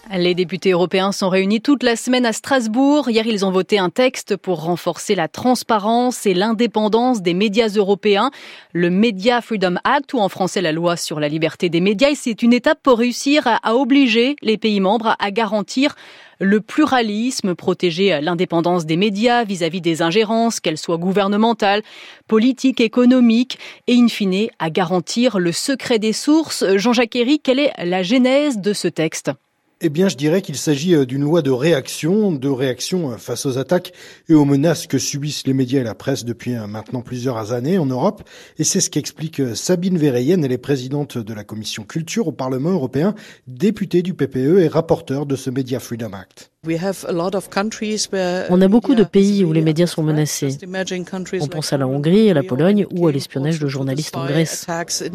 Les députés européens sont réunis toute la semaine à Strasbourg. Hier, ils ont voté un texte pour renforcer la transparence et l'indépendance des médias européens. Le Media Freedom Act, ou en français la loi sur la liberté des médias. Et c'est une étape pour réussir à obliger les pays membres à garantir le pluralisme, protéger l'indépendance des médias vis-à-vis des ingérences, qu'elles soient gouvernementales, politiques, économiques, et in fine à garantir le secret des sources. Jean-Jacques Herry, quelle est la genèse de ce texte ? Eh bien, je dirais qu'il s'agit d'une loi de réaction face aux attaques et aux menaces que subissent les médias et la presse depuis maintenant plusieurs années en Europe. Et c'est ce qu'explique Sabine Verheyen. Elle est présidente de la commission culture au Parlement européen, députée du PPE et rapporteure de ce Media Freedom Act. On a beaucoup de pays où les médias sont menacés. On pense à la Hongrie, à la Pologne ou à l'espionnage de journalistes en Grèce.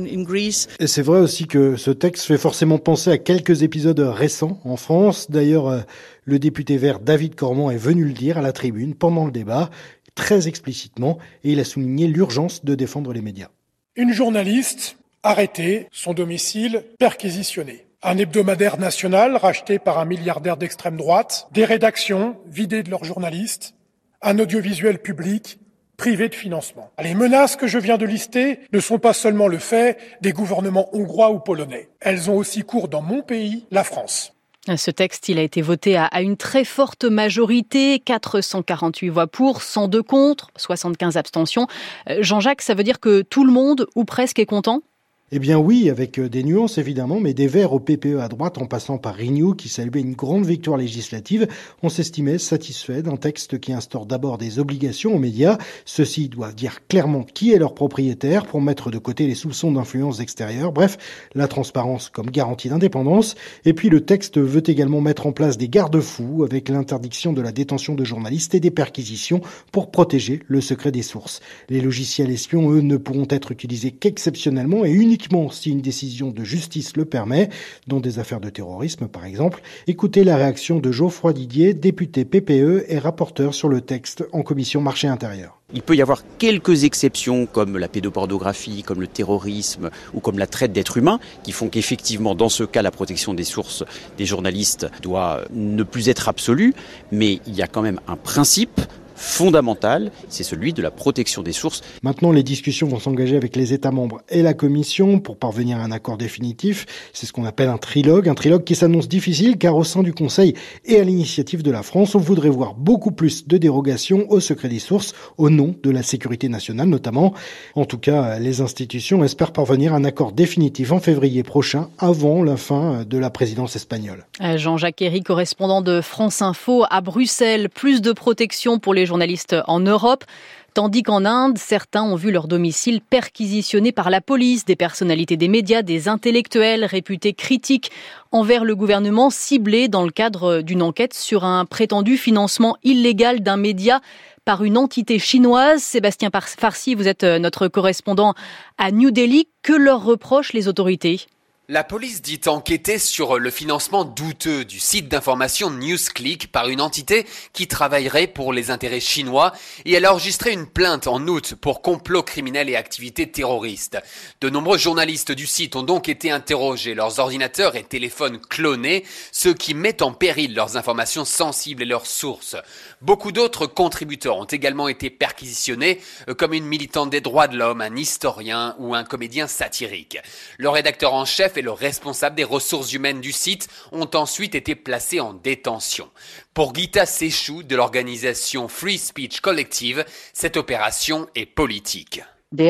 Et c'est vrai aussi que ce texte fait forcément penser à quelques épisodes récents en France. D'ailleurs, le député vert David Cormand est venu le dire à la tribune pendant le débat, très explicitement, et il a souligné l'urgence de défendre les médias. Une journaliste arrêtée, son domicile perquisitionné. Un hebdomadaire national racheté par un milliardaire d'extrême droite, des rédactions vidées de leurs journalistes, un audiovisuel public privé de financement. Les menaces que je viens de lister ne sont pas seulement le fait des gouvernements hongrois ou polonais. Elles ont aussi cours dans mon pays, la France. Ce texte, il a été voté à une très forte majorité, 448 voix pour, 102 contre, 75 abstentions. Jean-Jacques, ça veut dire que tout le monde, ou presque, est content ? Eh bien oui, avec des nuances évidemment, mais des Verts au PPE à droite en passant par Renew qui saluait une grande victoire législative, on s'estimait satisfait d'un texte qui instaure d'abord des obligations aux médias. Ceux-ci doivent dire clairement qui est leur propriétaire pour mettre de côté les soupçons d'influence extérieure. Bref, la transparence comme garantie d'indépendance. Et puis le texte veut également mettre en place des garde-fous avec l'interdiction de la détention de journalistes et des perquisitions pour protéger le secret des sources. Les logiciels espions, eux, ne pourront être utilisés qu'exceptionnellement et uniquement si une décision de justice le permet, dans des affaires de terrorisme par exemple. Écoutez la réaction de Geoffroy Didier, député PPE et rapporteur sur le texte en commission marché intérieur. Il peut y avoir quelques exceptions comme la pédopornographie, comme le terrorisme ou comme la traite d'êtres humains qui font qu'effectivement dans ce cas la protection des sources des journalistes doit ne plus être absolue, mais il y a quand même un principe fondamental, c'est celui de la protection des sources. Maintenant, les discussions vont s'engager avec les États membres et la Commission pour parvenir à un accord définitif. C'est ce qu'on appelle un trilogue qui s'annonce difficile car au sein du Conseil et à l'initiative de la France, on voudrait voir beaucoup plus de dérogations au secret des sources au nom de la sécurité nationale notamment. En tout cas, les institutions espèrent parvenir à un accord définitif en février prochain avant la fin de la présidence espagnole. Jean-Jacques Herry, correspondant de France Info à Bruxelles. Plus de protection pour les journalistes en Europe, tandis qu'en Inde, certains ont vu leur domicile perquisitionné par la police, des personnalités des médias, des intellectuels réputés critiques envers le gouvernement, ciblés dans le cadre d'une enquête sur un prétendu financement illégal d'un média par une entité chinoise. Sébastien Farsi, vous êtes notre correspondant à New Delhi. Que leur reprochent les autorités ? La police dit enquêter sur le financement douteux du site d'information NewsClick par une entité qui travaillerait pour les intérêts chinois et elle a enregistré une plainte en août pour complot criminel et activités terroristes. De nombreux journalistes du site ont donc été interrogés, leurs ordinateurs et téléphones clonés, ce qui met en péril leurs informations sensibles et leurs sources. Beaucoup d'autres contributeurs ont également été perquisitionnés, comme une militante des droits de l'homme, un historien ou un comédien satirique. Le rédacteur en chef et le responsable des ressources humaines du site ont ensuite été placés en détention. Pour Geeta Sechou de l'organisation Free Speech Collective, cette opération est politique.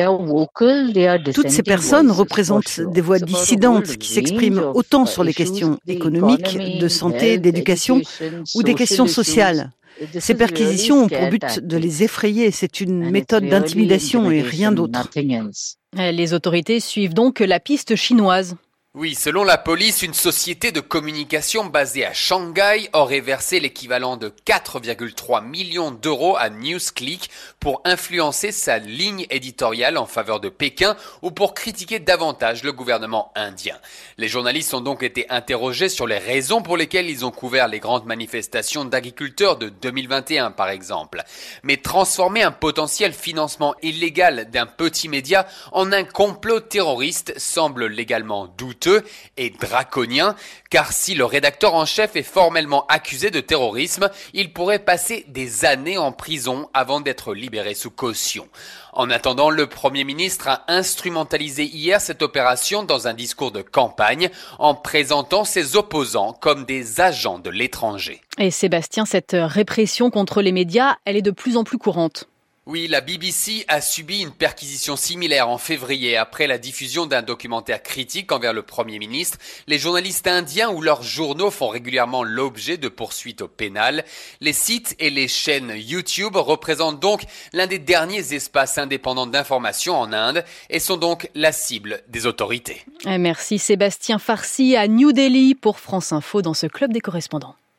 Toutes ces personnes représentent des voix dissidentes qui s'expriment autant sur les questions économiques, de santé, d'éducation ou des questions sociales. Ces perquisitions ont pour but de les effrayer. C'est une méthode d'intimidation et rien d'autre. Les autorités suivent donc la piste chinoise. Oui, selon la police, une société de communication basée à Shanghai aurait versé l'équivalent de 4,3 millions d'euros à NewsClick pour influencer sa ligne éditoriale en faveur de Pékin ou pour critiquer davantage le gouvernement indien. Les journalistes ont donc été interrogés sur les raisons pour lesquelles ils ont couvert les grandes manifestations d'agriculteurs de 2021 par exemple. Mais transformer un potentiel financement illégal d'un petit média en un complot terroriste semble légalement douteux. douteux et draconien, car si le rédacteur en chef est formellement accusé de terrorisme, il pourrait passer des années en prison avant d'être libéré sous caution. En attendant, le Premier ministre a instrumentalisé hier cette opération dans un discours de campagne en présentant ses opposants comme des agents de l'étranger. Et Sébastien, cette répression contre les médias, elle est de plus en plus courante. Oui, la BBC a subi une perquisition similaire en février après la diffusion d'un documentaire critique envers le Premier ministre. Les journalistes indiens ou leurs journaux font régulièrement l'objet de poursuites au pénal. Les sites et les chaînes YouTube représentent donc l'un des derniers espaces indépendants d'information en Inde et sont donc la cible des autorités. Merci Sébastien Farsi à New Delhi pour France Info dans ce club des correspondants.